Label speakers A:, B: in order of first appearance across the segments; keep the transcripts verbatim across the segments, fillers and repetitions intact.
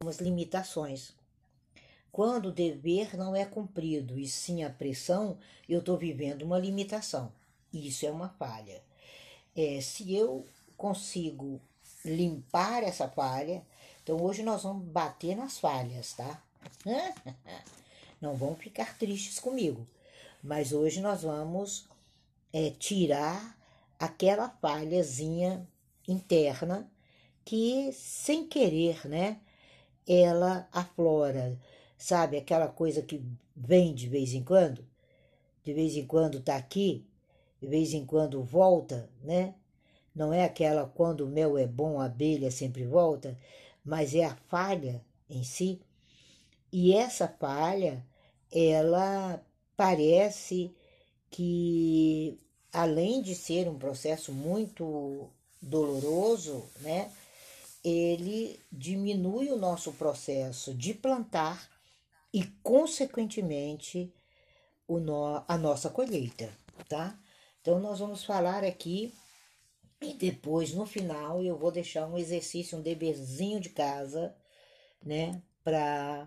A: umas limitações. Quando o dever não é cumprido e sim a pressão, eu estou vivendo uma limitação. Isso é uma falha. É, se eu consigo limpar essa falha, então hoje nós vamos bater nas falhas, tá? Não vão ficar tristes comigo, mas hoje nós vamos é, tirar aquela falhazinha interna que, sem querer, né, ela aflora, sabe? Aquela coisa que vem de vez em quando, de vez em quando tá aqui, de vez em quando volta, né? Não é aquela quando o mel é bom, a abelha sempre volta, mas é a falha em si. E essa falha, ela parece que, além de ser um processo muito doloroso, né? Ele diminui o nosso processo de plantar e, consequentemente, o no, a nossa colheita, tá? Então, nós vamos falar aqui e depois, no final, eu vou deixar um exercício, um deverzinho de casa, né? Para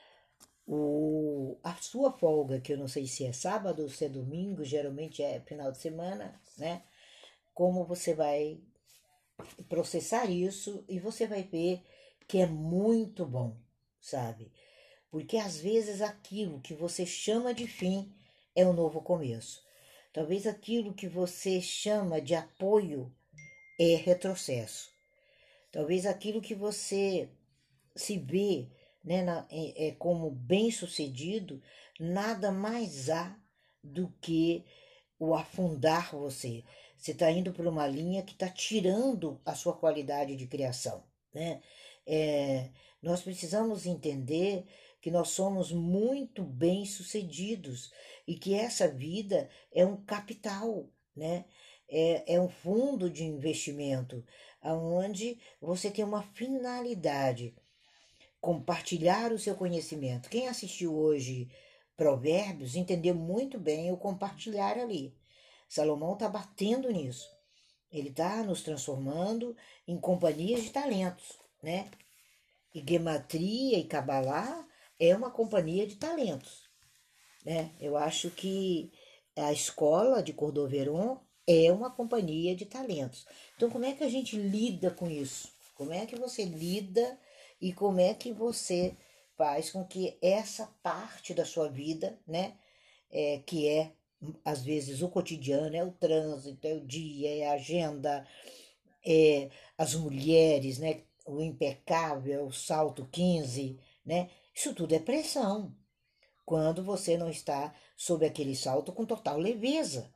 A: o, a sua folga, que eu não sei se é sábado ou se é domingo, geralmente é final de semana, né? Como você vai processar isso e você vai ver que é muito bom, sabe? Porque às vezes aquilo que você chama de fim é um novo começo. Talvez aquilo que você chama de apoio é retrocesso. Talvez aquilo que você se vê, né, na, é, é como bem-sucedido, nada mais há do que o afundar você. Você está indo por uma linha que está tirando a sua qualidade de criação, né? É, nós precisamos entender que nós somos muito bem-sucedidos e que essa vida é um capital, né? É, é um fundo de investimento onde você tem uma finalidade, compartilhar o seu conhecimento. Quem assistiu hoje Provérbios entendeu muito bem o compartilhar ali. Salomão está batendo nisso. Ele está nos transformando em companhias de talentos, né? E Gematria e Kabbalah é uma companhia de talentos, né? Eu acho que a escola de Cordoveron é uma companhia de talentos. Então, como é que a gente lida com isso? Como é que você lida e como é que você faz com que essa parte da sua vida, né, é, que é às vezes o cotidiano, é o trânsito, é o dia, é a agenda, é as mulheres, né, o impecável, o salto quinze, né? Isso tudo é pressão quando você não está sob aquele salto com total leveza.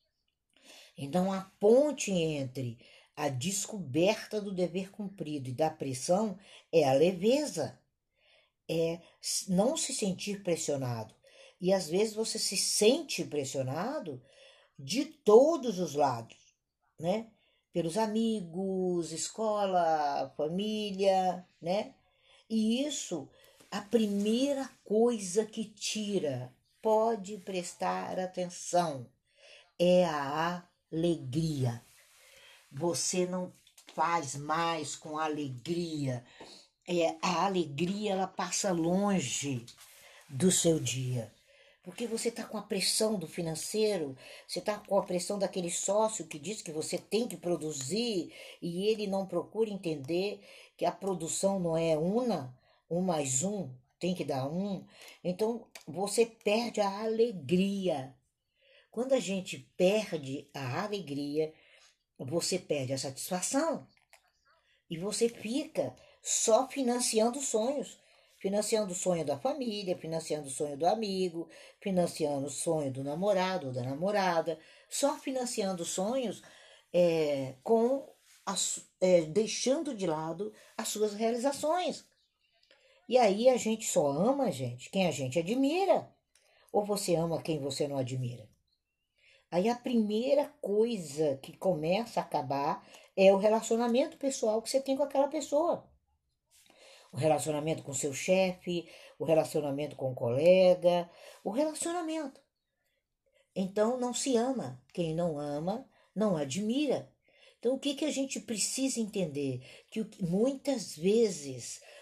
A: Então, a ponte entre a descoberta do dever cumprido e da pressão é a leveza, é não se sentir pressionado. E às vezes você se sente pressionado de todos os lados, né? Pelos amigos, escola, família, né? E isso, a primeira coisa que tira, pode prestar atenção, é a alegria. Você não faz mais com alegria. É, a alegria, ela passa longe do seu dia. Porque você está com a pressão do financeiro, você está com a pressão daquele sócio que diz que você tem que produzir e ele não procura entender que a produção não é uma, um mais um, tem que dar um. Então você perde a alegria. Quando a gente perde a alegria, você perde a satisfação e você fica só financiando sonhos. Financiando o sonho da família, financiando o sonho do amigo, financiando o sonho do namorado ou da namorada, só financiando sonhos é, com as, é, deixando de lado as suas realizações. E aí a gente só ama, gente, quem a gente admira. Ou você ama quem você não admira? Aí a primeira coisa que começa a acabar é o relacionamento pessoal que você tem com aquela pessoa. O relacionamento com seu chefe, o relacionamento com o colega, o relacionamento. Então não se ama. Quem não ama, não admira. Então o que, que a gente precisa entender? Que muitas vezes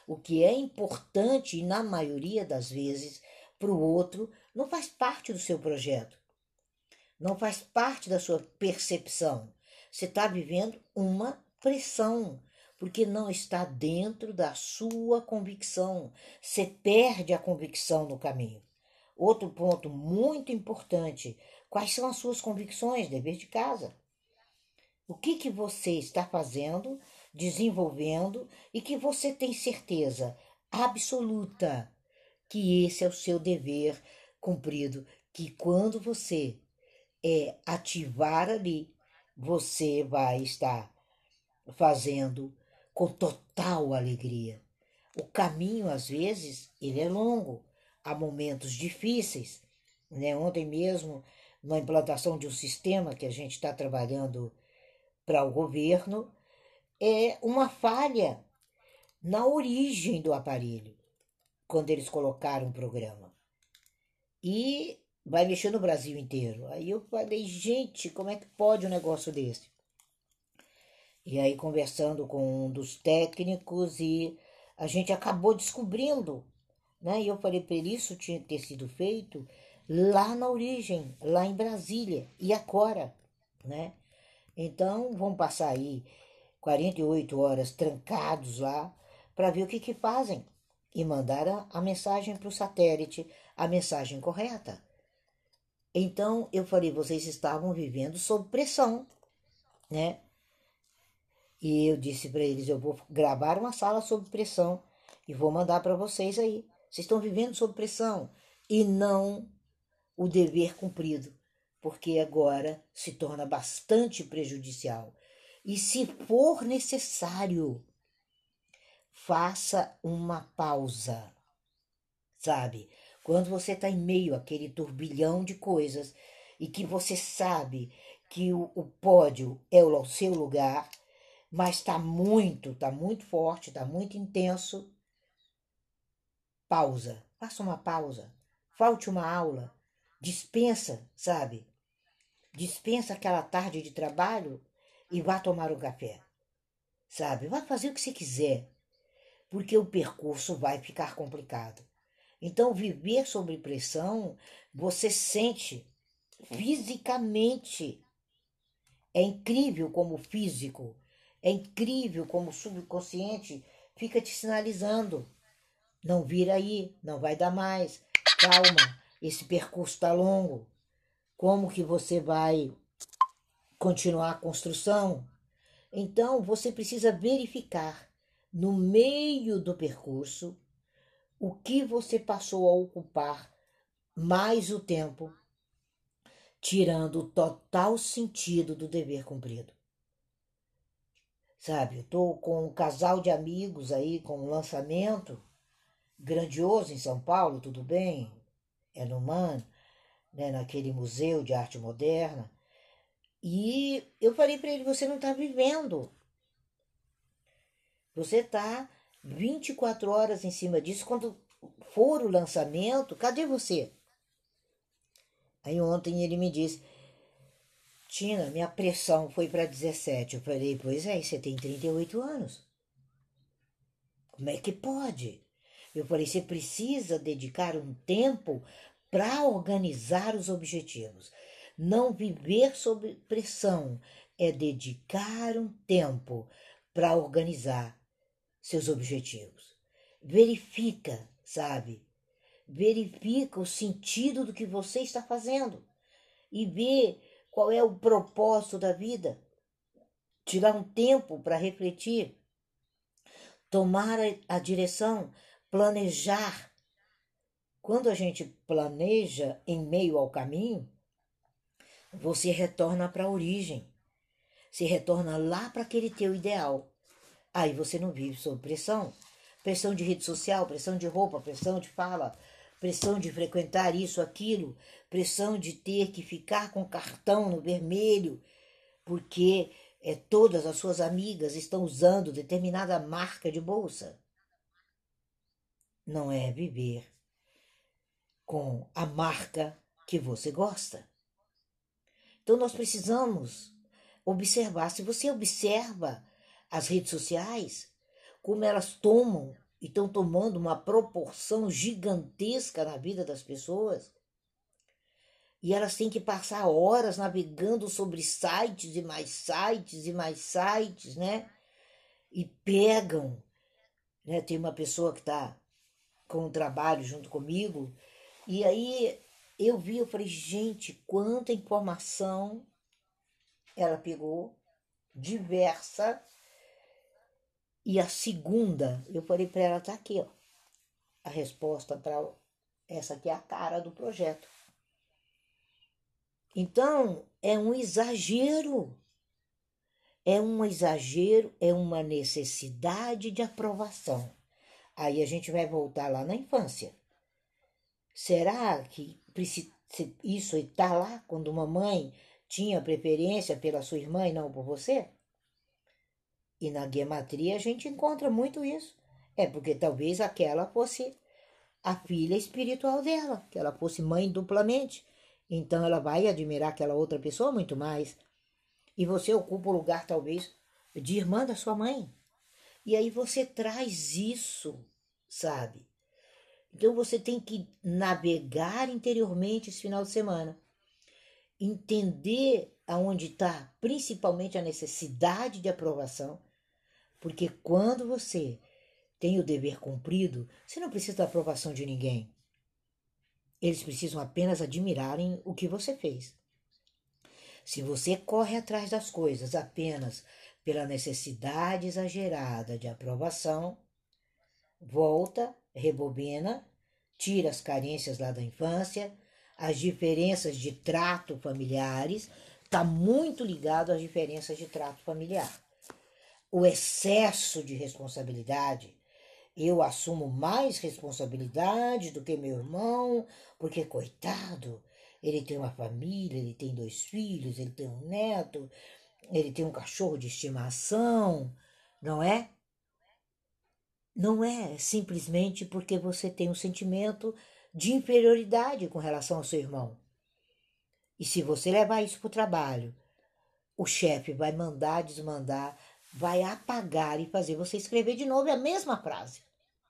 A: o que é importante, e na maioria das vezes, para o outro, não faz parte do seu projeto, não faz parte da sua percepção. Você está vivendo uma pressão, porque não está dentro da sua convicção. Você perde a convicção no caminho. Outro ponto muito importante: quais são as suas convicções? Dever de casa. O que, que você está fazendo, desenvolvendo e que você tem certeza absoluta que esse é o seu dever cumprido, que quando você é ativar ali, você vai estar fazendo com total alegria. O caminho, às vezes, ele é longo, há momentos difíceis, né? Ontem mesmo, na implantação de um sistema que a gente está trabalhando para o governo, é uma falha na origem do aparelho, quando eles colocaram o programa. E vai mexer no Brasil inteiro. Aí eu falei, gente, como é que pode um negócio desse? E aí, conversando com um dos técnicos, e a gente acabou descobrindo, né? E eu falei, por isso tinha que ter sido feito lá na origem, lá em Brasília, e agora, né? Então, vamos passar aí quarenta e oito horas trancados lá para ver o que que fazem e mandar a, a mensagem para o satélite, a mensagem correta. Então, eu falei, vocês estavam vivendo sob pressão, né? E eu disse para eles, eu vou gravar uma sala sob pressão e vou mandar para vocês aí. Vocês estão vivendo sob pressão e não o dever cumprido, porque agora se torna bastante prejudicial. E se for necessário, faça uma pausa, sabe? Quando você está em meio àquele turbilhão de coisas e que você sabe que o, o pódio é o seu lugar, mas está muito, está muito forte, está muito intenso, pausa, faça uma pausa, falte uma aula, dispensa, sabe? Dispensa aquela tarde de trabalho e vá tomar um café, sabe? Vá fazer o que você quiser, porque o percurso vai ficar complicado. Então, viver sob pressão, você sente fisicamente. É incrível como o físico, é incrível como o subconsciente fica te sinalizando. Não vira aí, não vai dar mais. Calma, esse percurso está longo. Como que você vai continuar a construção? Então, você precisa verificar no meio do percurso o que você passou a ocupar mais o tempo, tirando o total sentido do dever cumprido. Sabe, eu tô com um casal de amigos aí com um lançamento grandioso em São Paulo, tudo bem? É no MAN, né, naquele museu de arte moderna. E eu falei para ele, você não está vivendo. Você está vinte e quatro horas em cima disso. Quando for o lançamento, cadê você? Aí ontem ele me disse, Tina, minha pressão foi para dezessete. Eu falei, pois é, você tem trinta e oito anos. Como é que pode? Eu falei, você precisa dedicar um tempo para organizar os objetivos. Não viver sob pressão é dedicar um tempo para organizar seus objetivos. Verifica, sabe? Verifica o sentido do que você está fazendo e vê qual é o propósito da vida. Tirar um tempo para refletir, tomar a direção, planejar. Quando a gente planeja em meio ao caminho, você retorna para a origem. Você retorna lá para aquele teu ideal. Aí você não vive sob pressão. Pressão de rede social, pressão de roupa, pressão de fala, pressão de frequentar isso, aquilo, pressão de ter que ficar com cartão no vermelho, porque é, todas as suas amigas estão usando determinada marca de bolsa. Não é viver com a marca que você gosta. Então nós precisamos observar. Se você observa as redes sociais, como elas tomam e estão tomando uma proporção gigantesca na vida das pessoas. E elas têm que passar horas navegando sobre sites e mais sites e mais sites, né? E pegam, né? Tem uma pessoa que está com o trabalho junto comigo, e aí eu vi, eu falei, gente, quanta informação ela pegou, diversa. E a segunda, eu falei para ela, tá aqui, ó, a resposta para essa aqui é a cara do projeto. Então, é um exagero. É um exagero, é uma necessidade de aprovação. Aí a gente vai voltar lá na infância. Será que isso está lá quando uma mãe tinha preferência pela sua irmã e não por você? E na guiamatria a gente encontra muito isso. É porque talvez aquela fosse a filha espiritual dela, que ela fosse mãe duplamente. Então ela vai admirar aquela outra pessoa muito mais. E você ocupa o lugar, talvez, de irmã da sua mãe. E aí você traz isso, sabe? Então você tem que navegar interiormente esse final de semana. Entender aonde está principalmente a necessidade de aprovação. Porque quando você tem o dever cumprido, você não precisa da aprovação de ninguém. Eles precisam apenas admirarem o que você fez. Se você corre atrás das coisas apenas pela necessidade exagerada de aprovação, volta, rebobina, tira as carências lá da infância, as diferenças de trato familiares, está muito ligado às diferenças de trato familiar. O excesso de responsabilidade, eu assumo mais responsabilidade do que meu irmão, porque, coitado, ele tem uma família, ele tem dois filhos, ele tem um neto, ele tem um cachorro de estimação, não é? Não é simplesmente porque você tem um sentimento de inferioridade com relação ao seu irmão. E se você levar isso para o trabalho, o chefe vai mandar, desmandar, vai apagar e fazer você escrever de novo a mesma frase.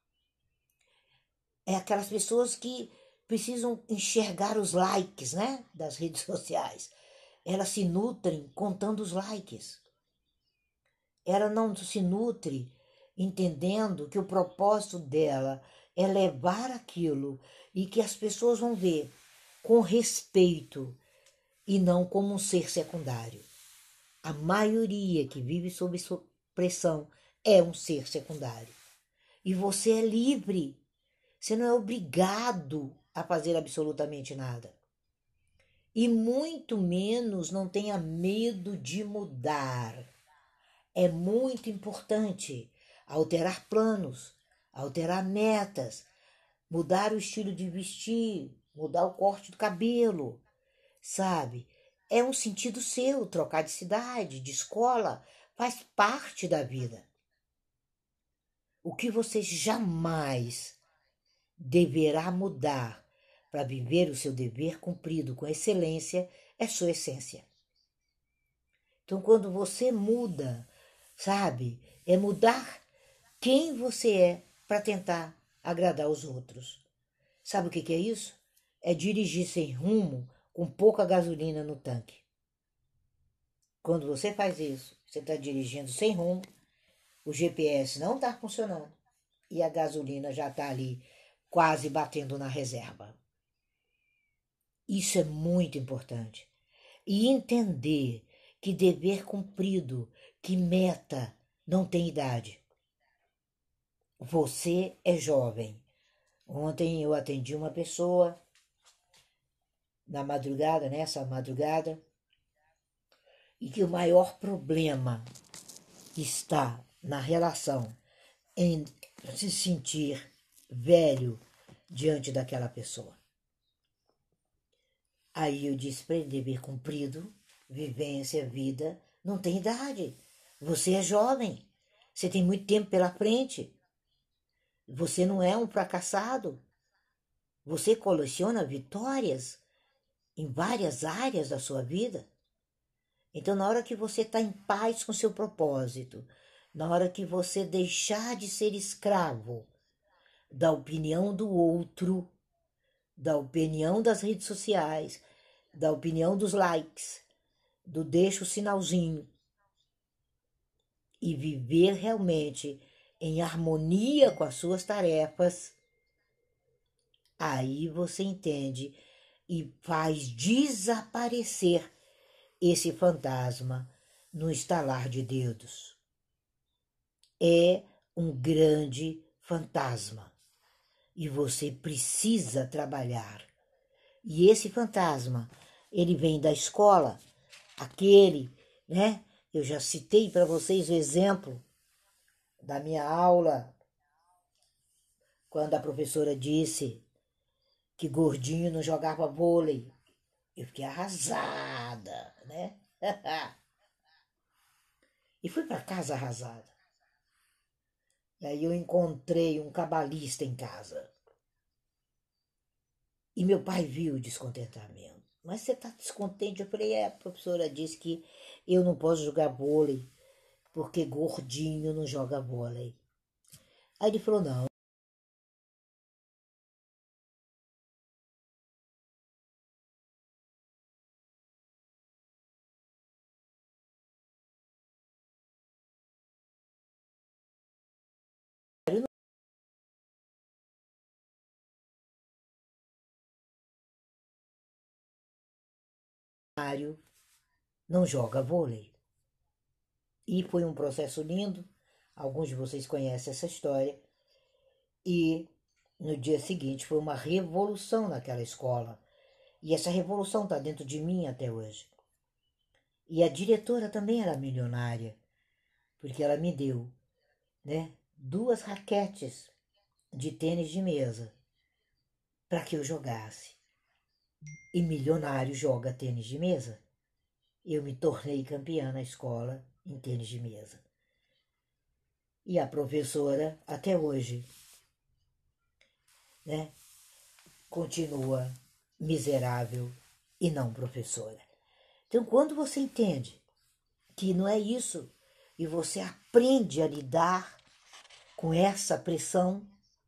A: É aquelas pessoas que precisam enxergar os likes, né, das redes sociais. Elas se nutrem contando os likes. Ela não se nutre entendendo que o propósito dela é levar aquilo e que as pessoas vão ver com respeito e não como um ser secundário. A maioria que vive sob pressão é um ser secundário. E você é livre. Você não é obrigado a fazer absolutamente nada. E muito menos não tenha medo de mudar. É muito importante alterar planos, alterar metas, mudar o estilo de vestir, mudar o corte do cabelo, sabe? É um sentido seu, trocar de cidade, de escola, faz parte da vida. O que você jamais deverá mudar para viver o seu dever cumprido com excelência é sua essência. Então, quando você muda, sabe, é mudar quem você é para tentar agradar os outros. Sabe o que é isso? É dirigir sem rumo com pouca gasolina no tanque. Quando você faz isso, você está dirigindo sem rumo, o G P S não está funcionando e a gasolina já está ali quase batendo na reserva. Isso é muito importante. E entender que dever cumprido, que meta não tem idade. Você é jovem. Ontem eu atendi uma pessoa na madrugada, nessa madrugada, e que o maior problema está na relação em se sentir velho diante daquela pessoa. Aí eu disse para ele, dever cumprido, vivência, vida, não tem idade. Você é jovem, você tem muito tempo pela frente. Você não é um fracassado. Você coleciona vitórias em várias áreas da sua vida. Então, na hora que você está em paz com seu propósito, na hora que você deixar de ser escravo da opinião do outro, da opinião das redes sociais, da opinião dos likes, do deixa o sinalzinho, e viver realmente em harmonia com as suas tarefas, aí você entende e faz desaparecer esse fantasma no estalar de dedos. É um grande fantasma e você precisa trabalhar. E esse fantasma, ele vem da escola, aquele, né? Eu já citei para vocês o exemplo da minha aula, quando a professora disse que gordinho não jogava vôlei. Eu fiquei arrasada, né? E fui para casa arrasada. E aí eu encontrei um cabalista em casa. E meu pai viu o descontentamento. Mas você está descontente? Eu falei, é, a professora disse que eu não posso jogar vôlei, porque gordinho não joga vôlei. Aí ele falou, não. Mário não joga vôlei. E foi um processo lindo. Alguns de vocês conhecem essa história. E no dia seguinte foi uma revolução naquela escola. E essa revolução está dentro de mim até hoje. E a diretora também era milionária, porque ela me deu, né, duas raquetes de tênis de mesa para que eu jogasse. E milionário joga tênis de mesa. Eu me tornei campeã na escola em tênis de mesa. E a professora, até hoje, né, continua miserável e não professora. Então, quando você entende que não é isso e você aprende a lidar com essa pressão,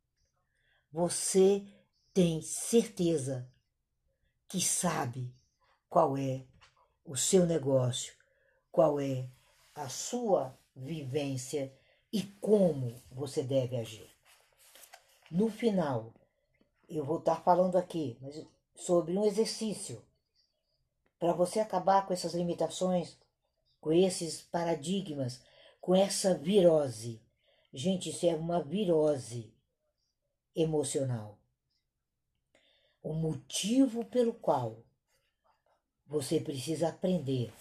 A: você tem certeza que sabe qual é o seu negócio, qual é a sua vivência e como você deve agir. No final, eu vou estar falando aqui mas sobre um exercício para você acabar com essas limitações, com esses paradigmas, com essa virose. Gente, isso é uma virose emocional. O motivo pelo qual você precisa aprender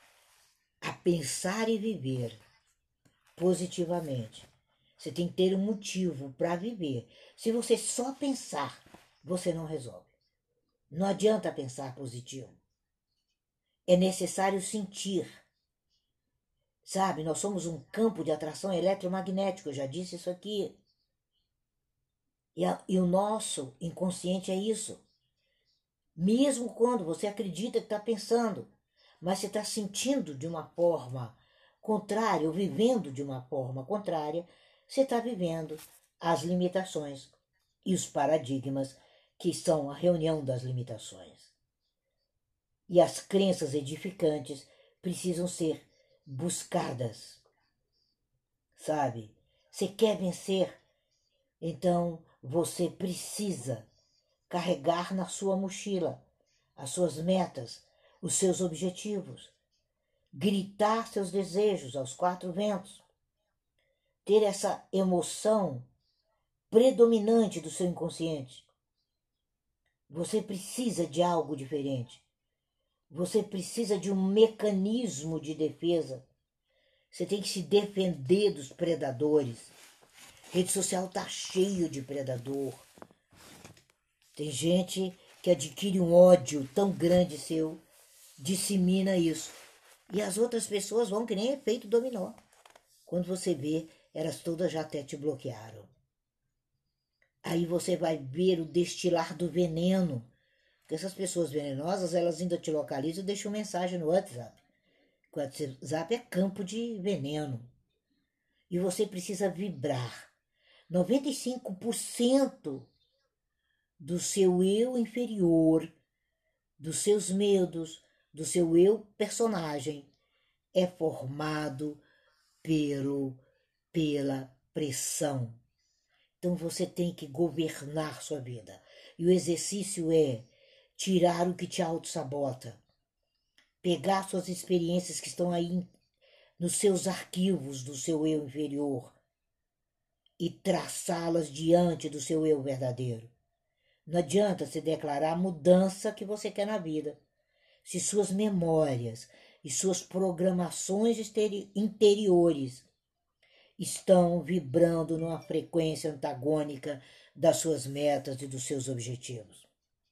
A: a pensar e viver positivamente. Você tem que ter um motivo para viver. Se você só pensar, você não resolve. Não adianta pensar positivo. É necessário sentir. Sabe, nós somos um campo de atração eletromagnético, eu já disse isso aqui. E, a, e o nosso inconsciente é isso. Mesmo quando você acredita que está pensando, mas você está sentindo de uma forma contrária, ou vivendo de uma forma contrária, você está vivendo as limitações e os paradigmas que são a reunião das limitações. E as crenças edificantes precisam ser buscadas, sabe? Você quer vencer? Então você precisa carregar na sua mochila as suas metas, os seus objetivos, gritar seus desejos aos quatro ventos, ter essa emoção predominante do seu inconsciente. Você precisa de algo diferente. Você precisa de um mecanismo de defesa. Você tem que se defender dos predadores. A rede social está cheio de predador. Tem gente que adquire um ódio tão grande seu, dissemina isso. E as outras pessoas vão que nem efeito dominó. Quando você vê, elas todas já até te bloquearam. Aí você vai ver o destilar do veneno. Porque essas pessoas venenosas, elas ainda te localizam e deixam mensagem no WhatsApp. O WhatsApp é campo de veneno. E você precisa vibrar. noventa e cinco por cento do seu eu inferior, dos seus medos, do seu eu personagem, é formado pelo, pela pressão. Então você tem que governar sua vida. E o exercício é tirar o que te auto-sabota, pegar suas experiências que estão aí nos seus arquivos do seu eu inferior e traçá-las diante do seu eu verdadeiro. Não adianta se declarar a mudança que você quer na vida, se suas memórias e suas programações interiores estão vibrando numa frequência antagônica das suas metas e dos seus objetivos.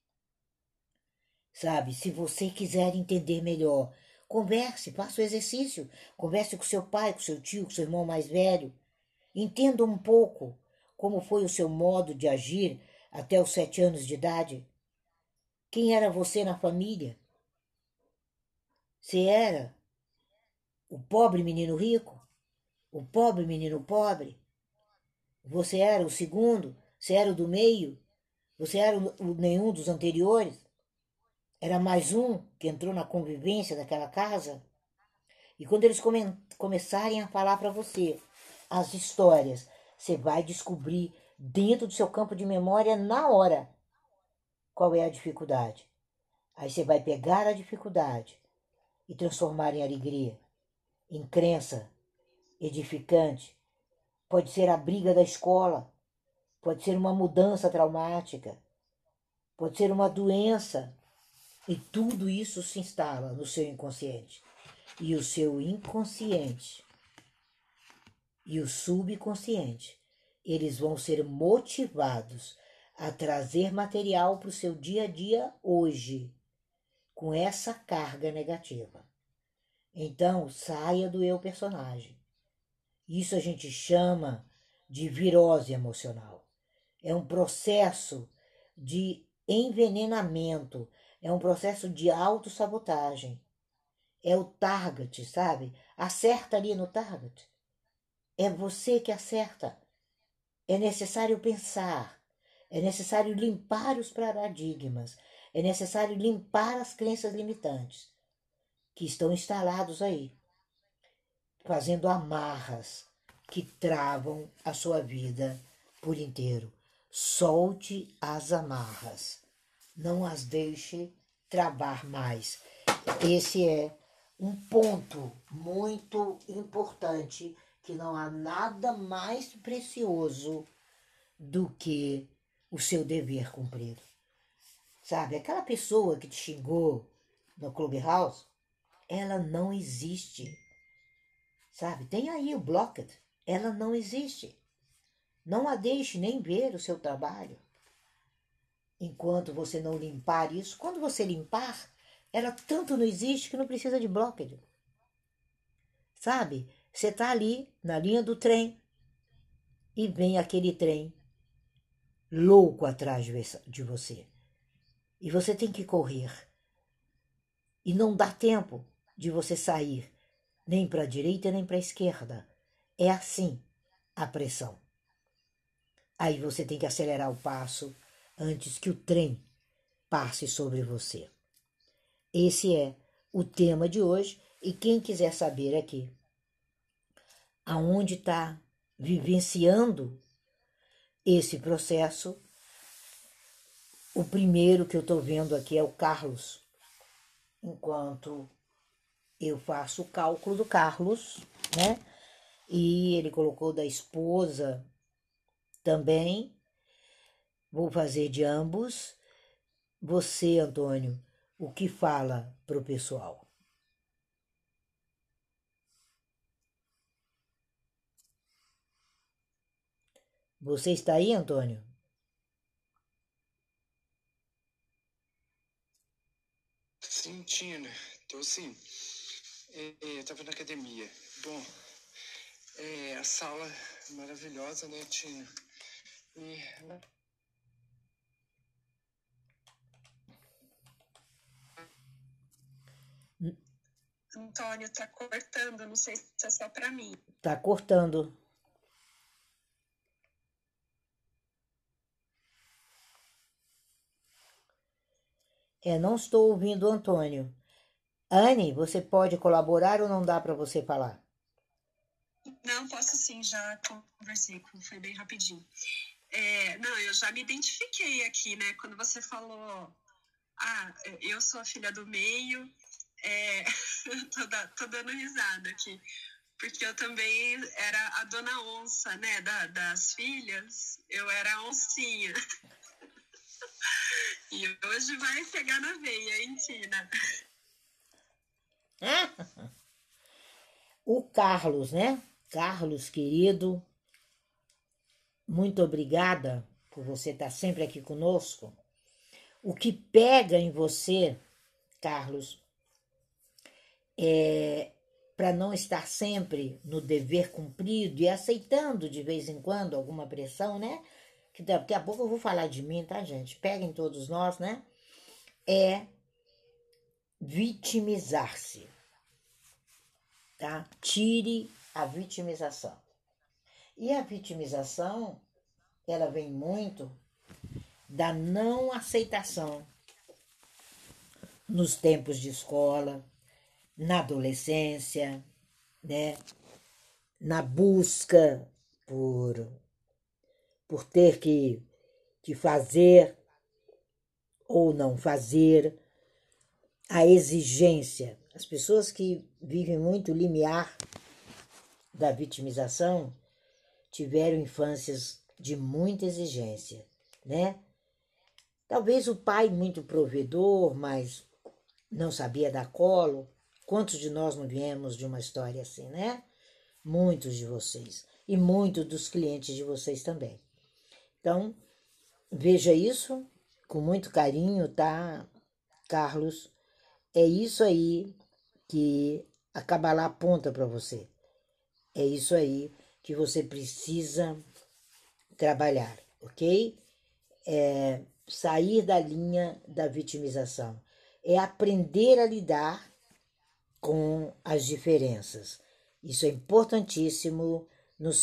A: Sabe, se você quiser entender melhor, converse, faça o exercício, converse com seu pai, com seu tio, com seu irmão mais velho, entenda um pouco como foi o seu modo de agir até os sete anos de idade. Quem era você na família? Você era o pobre menino rico? O pobre menino pobre? Você era o segundo? Você era o do meio? Você era o, o nenhum dos anteriores? Era mais um que entrou na convivência daquela casa? E quando eles come, começarem a falar para você as histórias, você vai descobrir dentro do seu campo de memória na hora qual é a dificuldade. Aí você vai pegar a dificuldade e transformar em alegria, em crença edificante. Pode ser a briga da escola, pode ser uma mudança traumática, pode ser uma doença. E tudo isso se instala no seu inconsciente. E o seu inconsciente e o subconsciente, eles vão ser motivados a trazer material para o seu dia a dia hoje, com essa carga negativa. Então, saia do eu personagem. Isso a gente chama de virose emocional. É um processo de envenenamento, é um processo de autossabotagem. É o target, sabe? Acerta ali no target. É você que acerta. É necessário pensar, é necessário limpar os paradigmas, é necessário limpar as crenças limitantes que estão instalados aí, fazendo amarras que travam a sua vida por inteiro. Solte as amarras, não as deixe travar mais. Esse é um ponto muito importante, que não há nada mais precioso do que o seu dever cumprido. Sabe, aquela pessoa que te xingou no Clubhouse, ela não existe. Sabe, tem aí o Blocked, ela não existe. Não a deixe nem ver o seu trabalho. Enquanto você não limpar isso, quando você limpar, ela tanto não existe que não precisa de Blocked. Sabe, você está ali na linha do trem e vem aquele trem louco atrás de você. E você tem que correr. E não dá tempo de você sair nem para a direita nem para a esquerda. É assim a pressão. Aí você tem que acelerar o passo antes que o trem passe sobre você. Esse é o tema de hoje. E quem quiser saber aqui aonde está vivenciando esse processo, o primeiro que eu estou vendo aqui é o Carlos. Enquanto eu faço o cálculo do Carlos, né? E ele colocou da esposa também. Vou fazer de ambos. Você, Antônio, o que fala para o pessoal? Você está aí, Antônio?
B: Sim, Tina, tô sim. É, é, tava na academia. Bom, é, a sala é maravilhosa, né, Tina? E, Antônio, tá cortando, não sei se é só pra mim.
A: Tá cortando. É, não estou ouvindo o Antônio. Anne, você pode colaborar ou não dá para você falar?
C: Não, posso sim, já conversei, foi bem rapidinho. É, não, eu já me identifiquei aqui, né? Quando você falou, ah, eu sou a filha do meio, é, tô, da, tô dando risada aqui, porque eu também era a dona onça, né? Da, das filhas, eu era a oncinha. E hoje vai pegar na veia, hein, Tina?
A: O Carlos, né? Carlos, querido, muito obrigada por você estar sempre aqui conosco. O que pega em você, Carlos, é para não estar sempre no dever cumprido e aceitando de vez em quando alguma pressão, né? Que daqui a pouco eu vou falar de mim, tá, gente? Peguem todos nós, né? É vitimizar-se, tá? Tire a vitimização. E a vitimização, ela vem muito da não aceitação nos tempos de escola, na adolescência, né? Na busca por, por ter que, que fazer ou não fazer, a exigência. As pessoas que vivem muito o limiar da vitimização tiveram infâncias de muita exigência, né? Talvez o pai muito provedor, mas não sabia dar colo. Quantos de nós não viemos de uma história assim, né? Muitos de vocês. E muitos dos clientes de vocês também. Então, veja isso com muito carinho, tá, Carlos? É isso aí que a Kabbalah aponta para você. É isso aí que você precisa trabalhar, ok? É sair da linha da vitimização. É aprender a lidar com as diferenças. Isso é importantíssimo no